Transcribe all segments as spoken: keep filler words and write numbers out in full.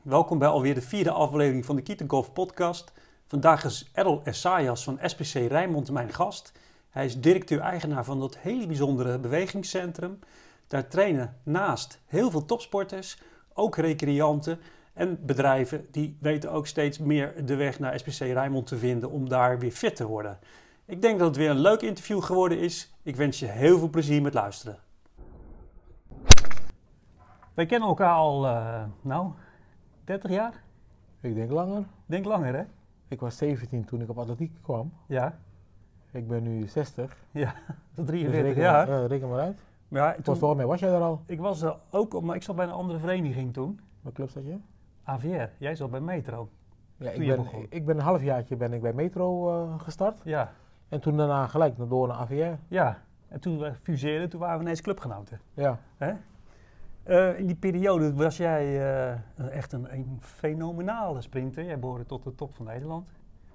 Welkom bij alweer de vierde aflevering van de Keaton Golf podcast. Vandaag is Errol Essayas van S P C Rijnmond mijn gast. Hij is directeur-eigenaar van dat hele bijzondere bewegingscentrum. Daar trainen naast heel veel topsporters, ook recreanten en bedrijven. Die weten ook steeds meer de weg naar S P C Rijnmond te vinden om daar weer fit te worden. Ik denk dat het weer een leuk interview geworden is. Ik wens je heel veel plezier met luisteren. Wij kennen elkaar al, uh, nou, dertig jaar? Ik denk langer. Ik denk langer, hè? Ik was zeventien toen ik op atletiek kwam. Ja. Ik ben nu zestig. Ja, dat Dus drieënveertig reken, jaar. Ja, reken maar uit. Maar ja, Toen, volgens mij was jij er al. Ik was er ook op, maar ik zat bij een andere vereniging toen. Wat club zat je? A V R, jij zat bij Metro. Ja, ik Toen je ben, begon. ik ben een halfjaartje ben ik bij Metro uh, gestart. Ja, En toen daarna gelijk naar door naar A V R. ja. En toen we fuseerden, toen waren we ineens clubgenoten. Ja. Hè? Uh, in die periode was jij uh, echt een, een fenomenale sprinter. Jij behoorde tot de top van Nederland.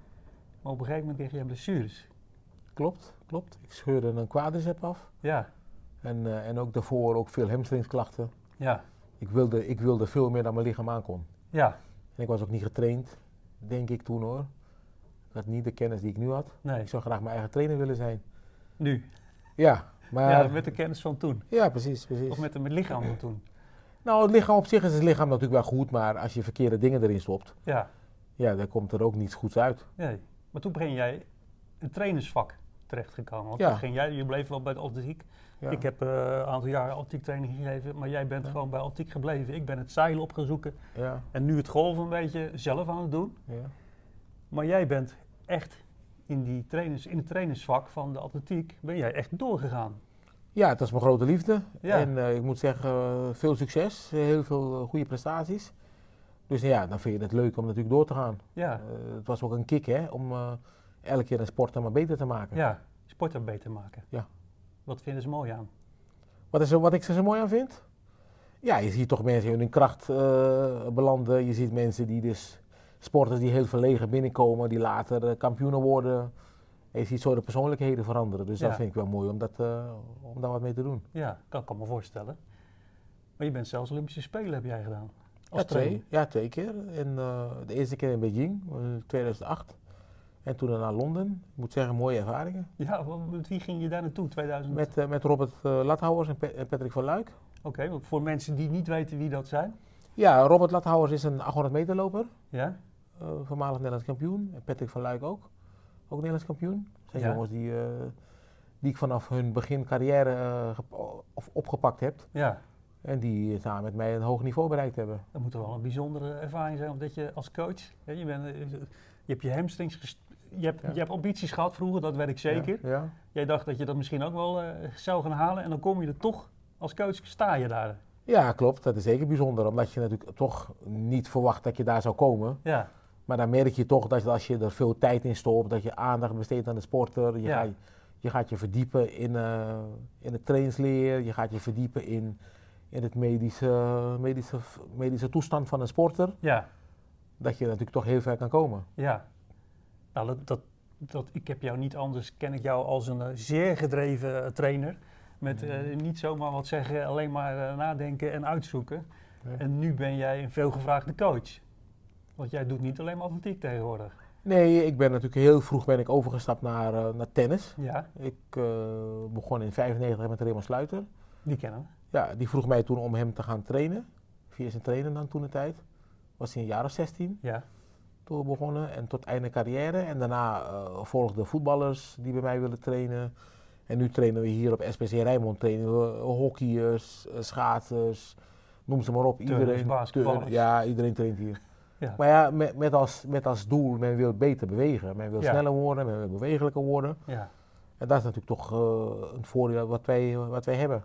Maar op een gegeven moment kreeg jij blessures. Klopt, klopt. Ik scheurde een quadricep af. Ja, En, uh, en ook daarvoor ook veel hamstringsklachten. ja, Ik wilde, ik wilde veel meer dan mijn lichaam aankon. ja. En ik was ook niet getraind, denk ik toen hoor. Ik had niet de kennis die ik nu had. Nee, Ik zou graag mijn eigen trainer willen zijn. nu. Ja, maar... Ja, met de kennis van toen. Ja, precies, precies. Of met het lichaam van toen. Nou, het lichaam op zich is het lichaam natuurlijk wel goed, maar als je verkeerde dingen erin stopt, Ja, ja, dan komt er ook niets goeds uit. nee. Maar toen ben jij een trainersvak terechtgekomen. Want Ja. toen ging jij, je bleef wel bij de atletiek. Ja. Ik heb uh, een aantal jaar atletiek training gegeven, maar jij bent Ja. gewoon bij atletiek gebleven. Ik ben het zeilen op gaan zoeken Ja, en nu het golven een beetje zelf aan het doen. ja. Maar jij bent echt in, die trainers, in het trainersvak van de atletiek, ben jij echt doorgegaan. ja, het was mijn grote liefde. Ja. En uh, ik moet zeggen, uh, veel succes, heel veel uh, goede prestaties. Dus ja, dan vind je het leuk om natuurlijk door te gaan. Ja, Uh, het was ook een kick hè, om uh, elke keer een sport dan maar beter te maken. ja. Sporten beter maken. Ja. Wat vinden ze mooi aan? Wat, is er, wat ik er zo mooi aan vind? Ja, je ziet toch mensen in hun kracht uh, belanden. Je ziet mensen die dus, sporters die heel verlegen binnenkomen, die later uh, kampioenen worden. En je ziet zo de persoonlijkheden veranderen. Dus Ja. dat vind ik wel mooi om, dat, uh, om daar wat mee te doen. Ja, kan ik me voorstellen. Maar je bent zelfs Olympische Spelen heb jij gedaan. Als Ja, trainer. twee, ja, twee keer. En, uh, de eerste keer in Beijing, in tweeduizend acht. En toen naar Londen. Ik moet zeggen, mooie ervaringen. Ja, want met wie ging je daar naartoe? tweeduizend? Met, uh, met Robert uh, Lathouwers en, Pe- en Patrick van Luik. Oké, okay, voor mensen die niet weten wie dat zijn. Ja, Robert Lathouwers is een achthonderd meter loper. Ja? Uh, voormalig Nederlands kampioen. En Patrick van Luik ook. Ook Nederlands kampioen. Dat zijn Ja. jongens die, uh, die ik vanaf hun begin carrière uh, gep- of opgepakt heb. Ja. En die samen met mij een hoog niveau bereikt hebben. Dat moet toch wel een bijzondere ervaring zijn, omdat je als coach, hè, je, bent, je hebt je hamstrings, gest- je hebt, Ja. je hebt ambities gehad vroeger, dat weet ik zeker. Ja, ja. Jij dacht dat je dat misschien ook wel uh, zou gaan halen en dan kom je er toch, als coach sta je daar. Ja, klopt. Dat is zeker bijzonder. Omdat je natuurlijk toch niet verwacht dat je daar zou komen. Ja, Maar dan merk je toch dat als je er veel tijd in stopt, dat je aandacht besteedt aan de sporter. Je, Ja. gaat, je gaat je verdiepen in, uh, in de trainingsleer. Je gaat je verdiepen in, in het medische, medische, medische toestand van een sporter. ja, Dat je natuurlijk toch heel ver kan komen. ja. Nou, dat, dat, dat, ik heb jou niet anders, ken ik jou als een uh, zeer gedreven uh, trainer. Met uh, niet zomaar wat zeggen, alleen maar uh, nadenken en uitzoeken. Ja. En nu ben jij een veelgevraagde coach. Want jij doet niet alleen maar atletiek tegenwoordig. Nee, ik ben natuurlijk heel vroeg ben ik overgestapt naar, uh, naar tennis. Ja, Ik uh, begon in vijfennegentig met Raymond Sluiter. die kennen we. Ja, die vroeg mij toen om hem te gaan trainen. Via zijn trainer dan toen de tijd. Was hij een jaar of zestien. Ja, Toen we begonnen en tot einde carrière. En daarna uh, volgden voetballers die bij mij willen trainen. En nu trainen we hier op S P C Rijnmond trainen we hockeyers, uh, schaatsers, noem ze maar op. Turners, Iedereen, basketballers. turn- ja, iedereen traint hier. ja, Maar ja, met, met, als, met als doel, men wil beter bewegen. Men wil Ja. sneller worden, men wil bewegelijker worden. ja. En dat is natuurlijk toch uh, een voordeel wat wij, wat wij hebben.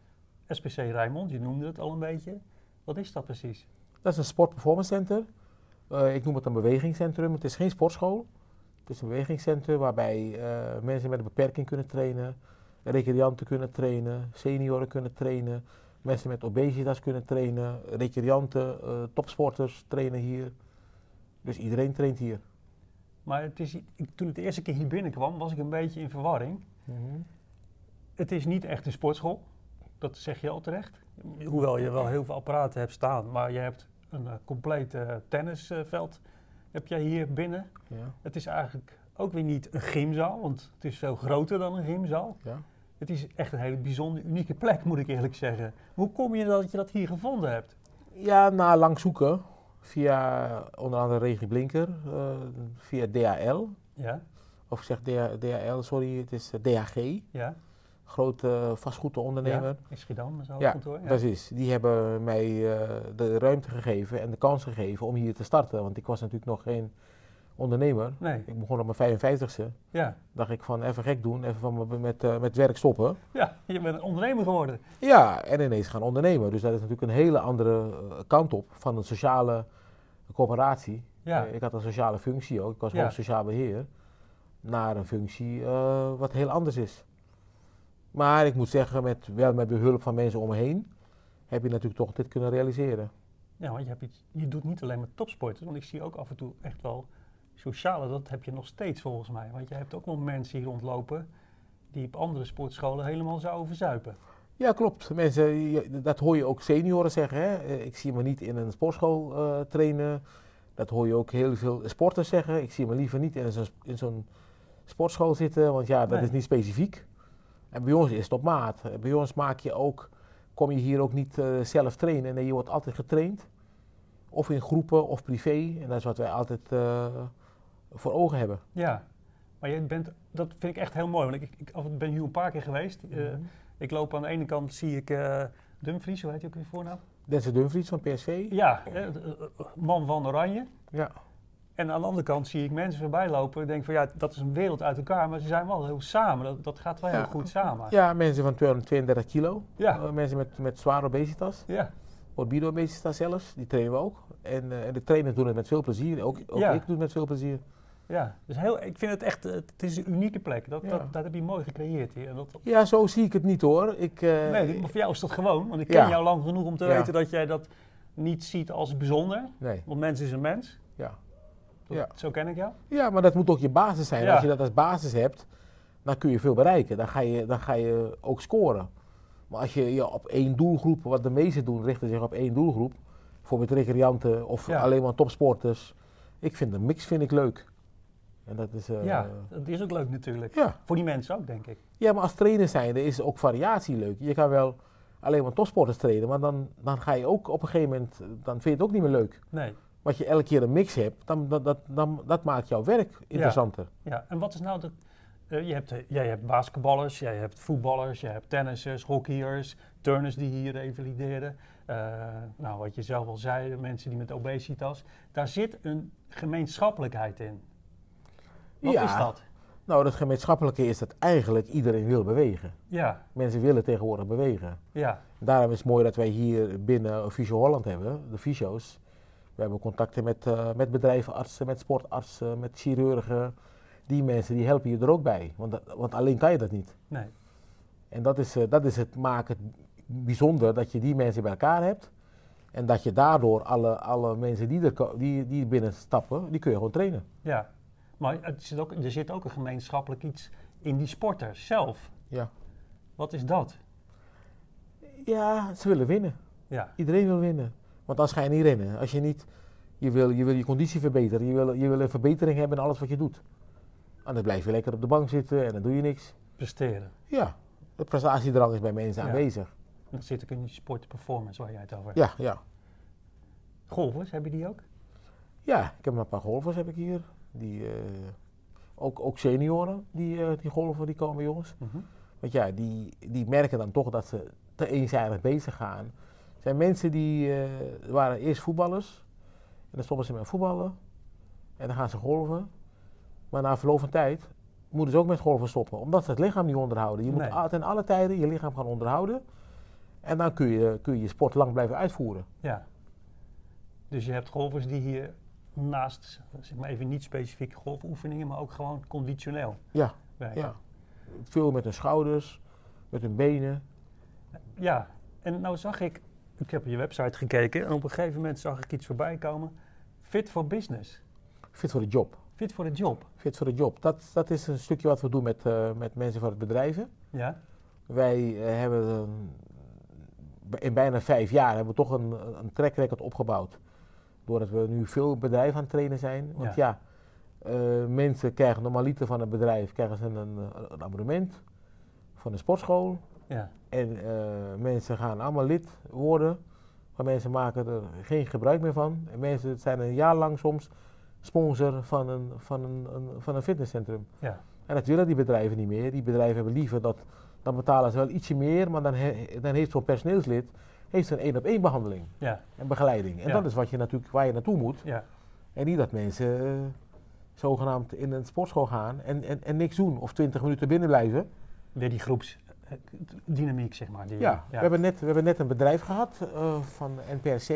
S P C Rijnmond, je noemde het al een beetje. Wat is dat precies? Dat is een sport-performance center. Uh, ik noem het een bewegingscentrum. Het is geen sportschool. Het is een bewegingscentrum waarbij uh, mensen met een beperking kunnen trainen, recreanten kunnen trainen, senioren kunnen trainen, mensen met obesitas kunnen trainen, recreanten, uh, topsporters trainen hier. Dus iedereen traint hier. Maar het is, ik, toen ik de eerste keer hier binnenkwam, was ik een beetje in verwarring. Mm-hmm. Het is niet echt een sportschool, dat zeg je al terecht. Hoewel je wel heel veel apparaten hebt staan, maar je hebt een uh, compleet uh, tennisveld heb jij hier binnen. Ja. Het is eigenlijk ook weer niet een gymzaal, want het is veel groter dan een gymzaal. Ja. Het is echt een hele bijzondere, unieke plek, moet ik eerlijk zeggen. Hoe kom je dat je dat hier gevonden hebt? Ja, na lang zoeken, via onder andere Regie Blinker, uh, via D H L. Ja. Of ik zeg D H L, sorry, het is D H G. Ja. Grote uh, vastgoedondernemer. Ja, in Schiedam, zo ja, kantoor. Ja, precies. Die hebben mij uh, de ruimte gegeven en de kans gegeven om hier te starten. Want ik was natuurlijk nog geen ondernemer. Nee. Ik begon op mijn vijfenvijftigste. Ja. Dacht ik van even gek doen, even van me met, uh, met werk stoppen. Ja, je bent een ondernemer geworden. Ja, en ineens gaan ondernemen. Dus dat is natuurlijk een hele andere uh, kant op van een sociale coöperatie. Ja. Uh, ik had een sociale functie ook, ik was Ja. hoofd sociaal beheer. Naar een functie uh, wat heel anders is. Maar ik moet zeggen, met, wel met behulp van mensen om me heen, heb je natuurlijk toch dit kunnen realiseren. Ja, want je, hebt iets, je doet niet alleen maar topsporten, want ik zie ook af en toe echt wel sociale, dat heb je nog steeds volgens mij. Want je hebt ook wel mensen hier rondlopen die op andere sportscholen helemaal zouden verzuipen. Ja, klopt. Mensen, dat hoor je ook senioren zeggen. Hè? Ik zie me niet in een sportschool uh, trainen. Dat hoor je ook heel veel sporters zeggen. Ik zie me liever niet in zo'n, in zo'n sportschool zitten, want ja, dat Nee. is niet specifiek. En bij ons is het op maat. Bij ons maak je ook, kom je hier ook niet uh, zelf trainen. Nee, je wordt altijd getraind. Of in groepen of privé. En dat is wat wij altijd uh, voor ogen hebben. Ja, maar je bent, dat vind ik echt heel mooi. Want ik, ik, ik ben hier een paar keer geweest. Uh, mm-hmm. Ik loop aan de ene kant, zie ik uh, Dumfries, hoe heet hij ook weer voornaam? Denzel Dumfries van P S V. Ja, uh, man van Oranje. Ja. En aan de andere kant zie ik mensen voorbij lopen. Ik denk van ja, dat is een wereld uit elkaar, maar ze zijn wel heel samen. Dat, dat gaat wel ja. heel goed samen. Ja, mensen van tweehonderdtweeëndertig kilo. Ja. Uh, mensen met, met zware obesitas. Ja. Morbide obesitas zelfs, die trainen we ook. En, uh, en de trainers doen het met veel plezier. Ook, ook ja. ik doe het met veel plezier. Ja, dus heel, ik vind het echt, het is een unieke plek. Dat, ja. dat, dat heb je mooi gecreëerd hier. En dat, ja, zo zie ik het niet hoor. Ik, uh, nee, maar voor jou is dat gewoon. Want ik ken ja. jou lang genoeg om te ja. weten dat jij dat niet ziet als bijzonder. Nee. Want mens is een mens. Ja. Dat, ja. Zo ken ik jou. Ja, maar dat moet ook je basis zijn. Ja. Als je dat als basis hebt, dan kun je veel bereiken. Dan ga je, dan ga je ook scoren. Maar als je je op één doelgroep, wat de meesten doen, richten zich op één doelgroep. Bijvoorbeeld recreanten of ja. alleen maar topsporters. Ik vind de mix vind ik leuk. En dat is, uh, ja, dat is ook leuk natuurlijk. Ja. Voor die mensen ook, denk ik. Ja, maar als trainer zijnde is ook variatie leuk. Je kan wel alleen maar topsporters trainen, maar dan, dan ga je ook op een gegeven moment, dan vind je het ook niet meer leuk. Nee. Want je elke keer een mix hebt, dan, dat, dat, dan, dat maakt jouw werk interessanter. Ja, ja. En wat is nou de... Uh, je hebt, uh, jij hebt basketballers, jij hebt voetballers, jij hebt tennissers, hockeyers, turners die hier revalideren. Uh, nou, wat je zelf al zei, de mensen die met obesitas. Daar zit een gemeenschappelijkheid in. Wat ja, is dat? Nou, het gemeenschappelijke is dat eigenlijk iedereen wil bewegen. Ja. Mensen willen tegenwoordig bewegen. Ja. Daarom is het mooi dat wij hier binnen Fysio Holland hebben, de fysio's. We hebben contacten met, uh, met bedrijvenartsen, met sportartsen, met chirurgen. Die mensen die helpen je er ook bij, want, dat, want alleen kan je dat niet. Nee. En dat is, uh, dat is het maakt het bijzonder dat je die mensen bij elkaar hebt. En dat je daardoor alle, alle mensen die er, die, die binnen stappen, die kun je gewoon trainen. Ja, maar het zit ook, er zit ook een gemeenschappelijk iets in die sporters zelf. Ja. Wat is dat? Ja, ze willen winnen. Ja. Iedereen wil winnen. Want anders ga je niet rennen. Als je niet, je wil je, wil je conditie verbeteren, je wil, je wil een verbetering hebben in alles wat je doet. Anders blijf je lekker op de bank zitten en dan doe je niks. Presteren. Ja, de prestatiedrang is bij mensen ja. aanwezig. En dat zit ook in die sportperformance waar jij het over hebt. Ja, ja. Golfers, heb je die ook? Ja, ik heb een paar golfers heb ik hier. Die, uh, ook, ook senioren die, uh, die golven, die komen bij ons. Mm-hmm. Want ja, die, die merken dan toch dat ze te eenzijdig bezig gaan. Er zijn mensen die uh, waren eerst voetballers. En dan stoppen ze met voetballen. En dan gaan ze golven. Maar na verloop van tijd moeten ze ook met golven stoppen. Omdat ze het lichaam niet onderhouden. Je moet nee. ten alle tijden je lichaam gaan onderhouden. En dan kun je kun je, je sport lang blijven uitvoeren. Ja. Dus je hebt golfers die hier naast, zeg maar even niet specifieke golfoefeningen, maar ook gewoon conditioneel ja, werken. Ja, veel met hun schouders, met hun benen. Ja, en nou zag ik, ik heb op je website gekeken en op een gegeven moment zag ik iets voorbij komen. Fit for business. Fit voor de job. Fit voor de job. Fit voor de job. Dat, dat is een stukje wat we doen met, uh, met mensen van het bedrijven. Ja. Wij uh, hebben um, in bijna vijf jaar hebben we toch een, een track record opgebouwd Doordat we nu veel bedrijven aan het trainen zijn. Want ja, ja uh, mensen krijgen normaliter van het bedrijf krijgen ze een, een abonnement van een sportschool. Ja. En uh, mensen gaan allemaal lid worden. Maar mensen maken er geen gebruik meer van. En mensen zijn een jaar lang soms sponsor van een, van een, een, van een fitnesscentrum. Ja. En dat willen die bedrijven niet meer. Die bedrijven hebben liever dat, dan betalen ze wel ietsje meer, maar dan, he, dan heeft zo'n personeelslid heeft een één op één behandeling ja. en begeleiding. En ja. dat is wat je natuurlijk, waar je naartoe moet. Ja. En niet dat mensen uh, zogenaamd in een sportschool gaan en, en, en niks doen of twintig minuten binnen blijven. Weer die groepsdynamiek, zeg maar. Die, ja, ja. We, hebben net, we hebben net een bedrijf gehad uh, van N P R C.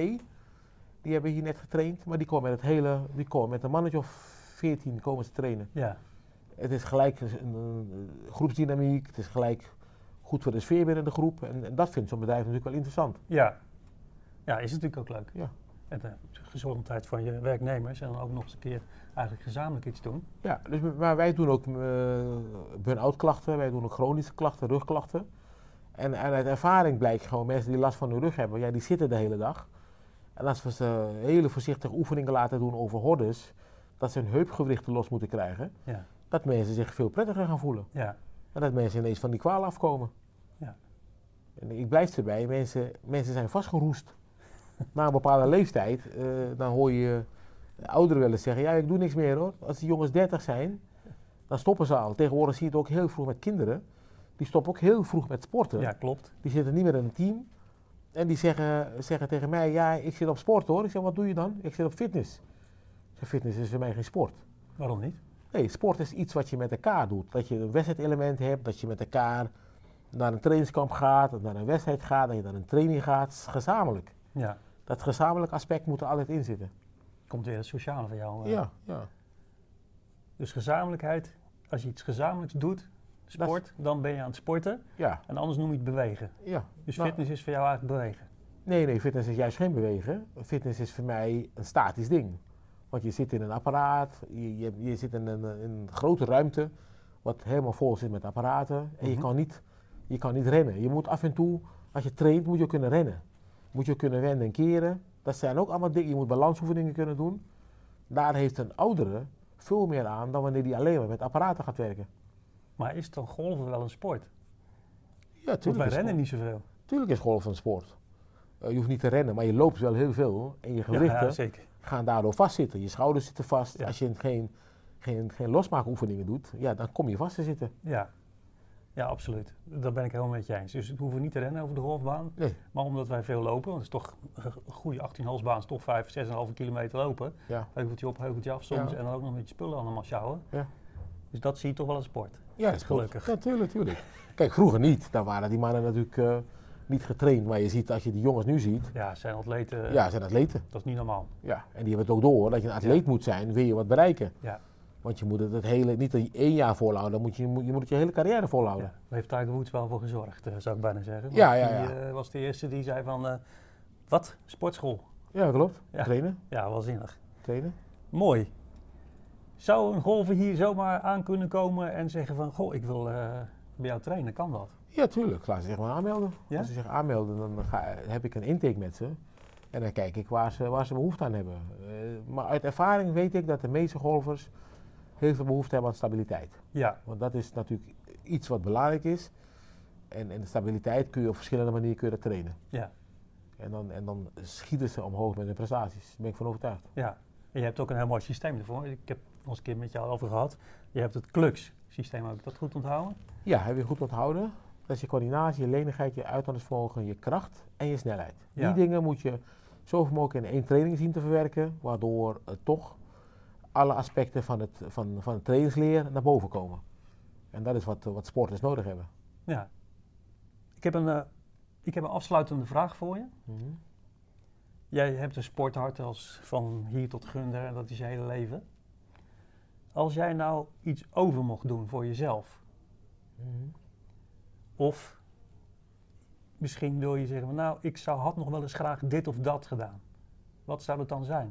Die hebben hier net getraind, maar die komen met het hele, die komen met een mannetje of veertien komen ze trainen. Ja. Het is gelijk een, een groepsdynamiek, het is gelijk goed voor de sfeer binnen de groep. En, en dat vindt zo'n bedrijf natuurlijk wel interessant. Ja, ja, is natuurlijk ook leuk. Ja. En de gezondheid van je werknemers en dan ook nog eens een keer eigenlijk gezamenlijk iets doen. Ja, dus, maar wij doen ook uh, burn-out klachten, wij doen ook chronische klachten, rugklachten. En, en uit ervaring blijkt gewoon mensen die last van hun rug hebben, ja, die zitten de hele dag. En als we ze hele voorzichtige oefeningen laten doen over hordes, dat ze hun heupgewrichten los moeten krijgen, ja. dat mensen zich veel prettiger gaan voelen. Ja. En dat mensen ineens van die kwaal afkomen. Ja. En ik blijf erbij, mensen, mensen zijn vastgeroest. Na een bepaalde leeftijd, uh, dan hoor je ouderen wel eens zeggen, ja, ik doe niks meer hoor. Als die jongens dertig zijn, dan stoppen ze al. Tegenwoordig zie je het ook heel vroeg met kinderen. Die stoppen ook heel vroeg met sporten. Ja, klopt. Die zitten niet meer in een team. En die zeggen, zeggen tegen mij, ja, ik zit op sport hoor. Ik zeg, wat doe je dan? Ik zit op fitness. Ik zeg, fitness is voor mij geen sport. Waarom niet? Nee, sport is iets wat je met elkaar doet. Dat je een wedstrijdelement hebt, dat je met elkaar naar een trainingskamp gaat, naar een wedstrijd gaat, dat je naar een training gaat, gezamenlijk. Ja. Dat gezamenlijk aspect moet er altijd in zitten. Komt weer het sociale van jou. Uh. Ja, ja. Dus gezamenlijkheid, als je iets gezamenlijks doet, sport, is... dan ben je aan het sporten. Ja. En anders noem je het bewegen. Ja. Dus nou, fitness is voor jou eigenlijk bewegen. Nee, nee, fitness is juist geen bewegen. Fitness is voor mij een statisch ding. Want je zit in een apparaat, je, je, je zit in een, in een grote ruimte, wat helemaal vol zit met apparaten. En mm-hmm. je, kan niet, je kan niet rennen. Je moet af en toe, als je traint, moet je kunnen rennen. Moet je kunnen wenden en keren. Dat zijn ook allemaal dingen. Je moet balansoefeningen kunnen doen. Daar heeft een oudere veel meer aan dan wanneer die alleen maar met apparaten gaat werken. Maar is dan golven wel een sport? Ja, tuurlijk. Want wij rennen niet zoveel. Tuurlijk is golven een sport. Uh, je hoeft niet te rennen, maar je loopt wel heel veel. En je gewrichten ja, ja, zeker. gaan daardoor vastzitten. Je schouders zitten vast. Ja. Als je geen, geen, geen losmaakoefeningen doet, ja, dan kom je vast te zitten. Ja. Ja, absoluut. Dat ben ik helemaal met je eens. Dus we hoeven niet te rennen over de golfbaan. Nee. Maar omdat wij veel lopen, want het is toch een goede achttien-holsbaan, is toch vijf, zes komma vijf kilometer lopen. Ja. Heuveltje op, heuveltje af soms. Ja. En dan ook nog met je spullen allemaal sjouwen. Ja. Dus dat zie je toch wel als sport. Ja, dat is gelukkig. Ja, tuurlijk, tuurlijk. Kijk, vroeger niet. Dan waren die mannen natuurlijk uh, niet getraind. Maar je ziet, als je die jongens nu ziet. Ja, zijn atleten. Ja, zijn atleten. Dat is niet normaal. Ja, en die hebben het ook door. Dat je een atleet ja. moet zijn, wil je wat bereiken. Ja. Want je moet het, het hele, niet één jaar volhouden, dan moet je, je moet het je hele carrière volhouden. Ja, daar heeft Tiger Woods wel voor gezorgd, uh, zou ik bijna zeggen. Want ja, ja, ja. Die uh, was de eerste die zei van, uh, wat? Sportschool? Ja, klopt. Ja. Trainen. Ja, wel zinnig. Trainen. Mooi. Zou een golfer hier zomaar aan kunnen komen en zeggen van, goh, ik wil uh, bij jou trainen, kan dat? Ja, tuurlijk. Laat ze zich maar aanmelden. Ja? Als ze zich aanmelden, dan ga, heb ik een intake met ze. En dan kijk ik waar ze, waar ze behoefte aan hebben. Uh, maar uit ervaring weet ik dat de meeste golfers heel veel behoefte hebben aan stabiliteit. Ja. Want dat is natuurlijk iets wat belangrijk is. En, en de stabiliteit kun je op verschillende manieren kun je dat trainen. Ja. En dan, en dan schieten ze omhoog met hun prestaties. Daar ben ik van overtuigd. Ja. En je hebt ook een heel mooi systeem ervoor. Ik heb het nog eens een keer met jou over gehad. Je hebt het C L U X-systeem, heb ik dat goed onthouden? Ja, heb je goed onthouden. Dat is je coördinatie, je lenigheid, je uithoudingsvermogen, je kracht en je snelheid. Ja. Die dingen moet je zoveel mogelijk in één training zien te verwerken. Waardoor uh, toch alle aspecten van het, van, van het trainingsleer naar boven komen. En dat is wat, wat sporters nodig hebben. Ja. Ik heb een, uh, ik heb een afsluitende vraag voor je. Mm-hmm. Jij hebt een sporthart als van hier tot Gunder en dat is je hele leven. Als jij nou iets over mocht doen voor jezelf. Mm-hmm. Of misschien wil je zeggen, nou ik zou, had nog wel eens graag dit of dat gedaan. Wat zou het dan zijn?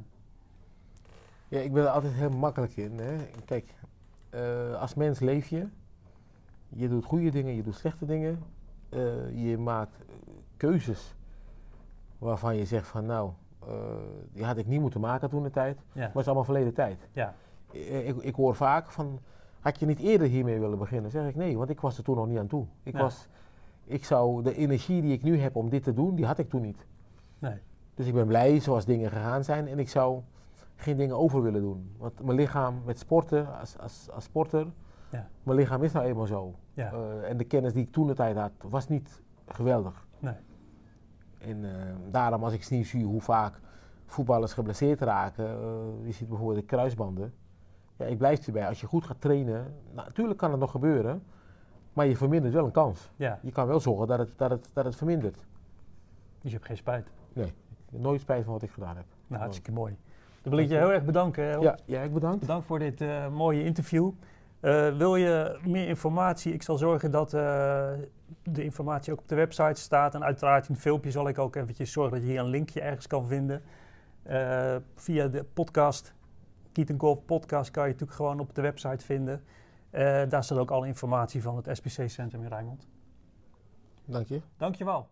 Ja, ik ben er altijd heel makkelijk in. Hè. Kijk, uh, als mens leef je. Je doet goede dingen, je doet slechte dingen. Uh, je maakt keuzes waarvan je zegt van nou, Uh, die had ik niet moeten maken toen de tijd. Ja. Maar het is allemaal verleden tijd. Ja. Ik, ik hoor vaak van, had je niet eerder hiermee willen beginnen? Zeg ik nee, want ik was er toen nog niet aan toe. Ik, Ja. was, ik zou de energie die ik nu heb om dit te doen, die had ik toen niet. Nee. Dus ik ben blij zoals dingen gegaan zijn en ik zou geen dingen over willen doen. Want mijn lichaam met sporten, als, als, als sporter, Ja. mijn lichaam is nou eenmaal zo. Ja. Uh, en de kennis die ik toen de tijd had, was niet geweldig. Nee. En uh, daarom als ik niet zie hoe vaak voetballers geblesseerd raken, uh, je ziet bijvoorbeeld de kruisbanden. Ja, ik blijf erbij. Als je goed gaat trainen, nou, natuurlijk kan het nog gebeuren, maar je vermindert wel een kans. Ja. Je kan wel zorgen dat het, dat het, dat het vermindert. Dus je hebt geen spijt? Nee, ik heb nooit spijt van wat ik gedaan heb. Nou, hartstikke mooi. Dan wil ik je heel erg bedanken. Errol. Ja, jij ook bedankt. Bedankt voor dit uh, mooie interview. Uh, wil je meer informatie? Ik zal zorgen dat uh, de informatie ook op de website staat. En uiteraard in het filmpje zal ik ook eventjes zorgen dat je hier een linkje ergens kan vinden. Uh, via de podcast, Keaton Golf Podcast, kan je natuurlijk gewoon op de website vinden. Uh, daar staat ook alle informatie van het S P C Centrum in Rijnmond. Dank je. Dank je wel.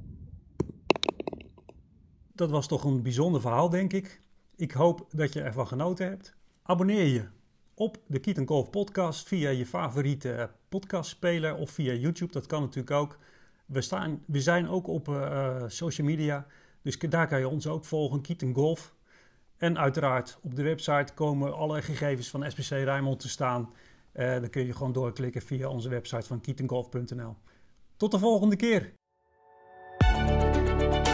Dat was toch een bijzonder verhaal, denk ik. Ik hoop dat je ervan genoten hebt. Abonneer je op de Keaton Golf Podcast via je favoriete podcastspeler of via YouTube. Dat kan natuurlijk ook. We, staan, we zijn ook op uh, social media, dus daar kan je ons ook volgen, Keaton Golf. En uiteraard op de website komen alle gegevens van S P C Rijnmond te staan. Uh, dan kun je gewoon doorklikken via onze website van keaton golf punt n l. Tot de volgende keer!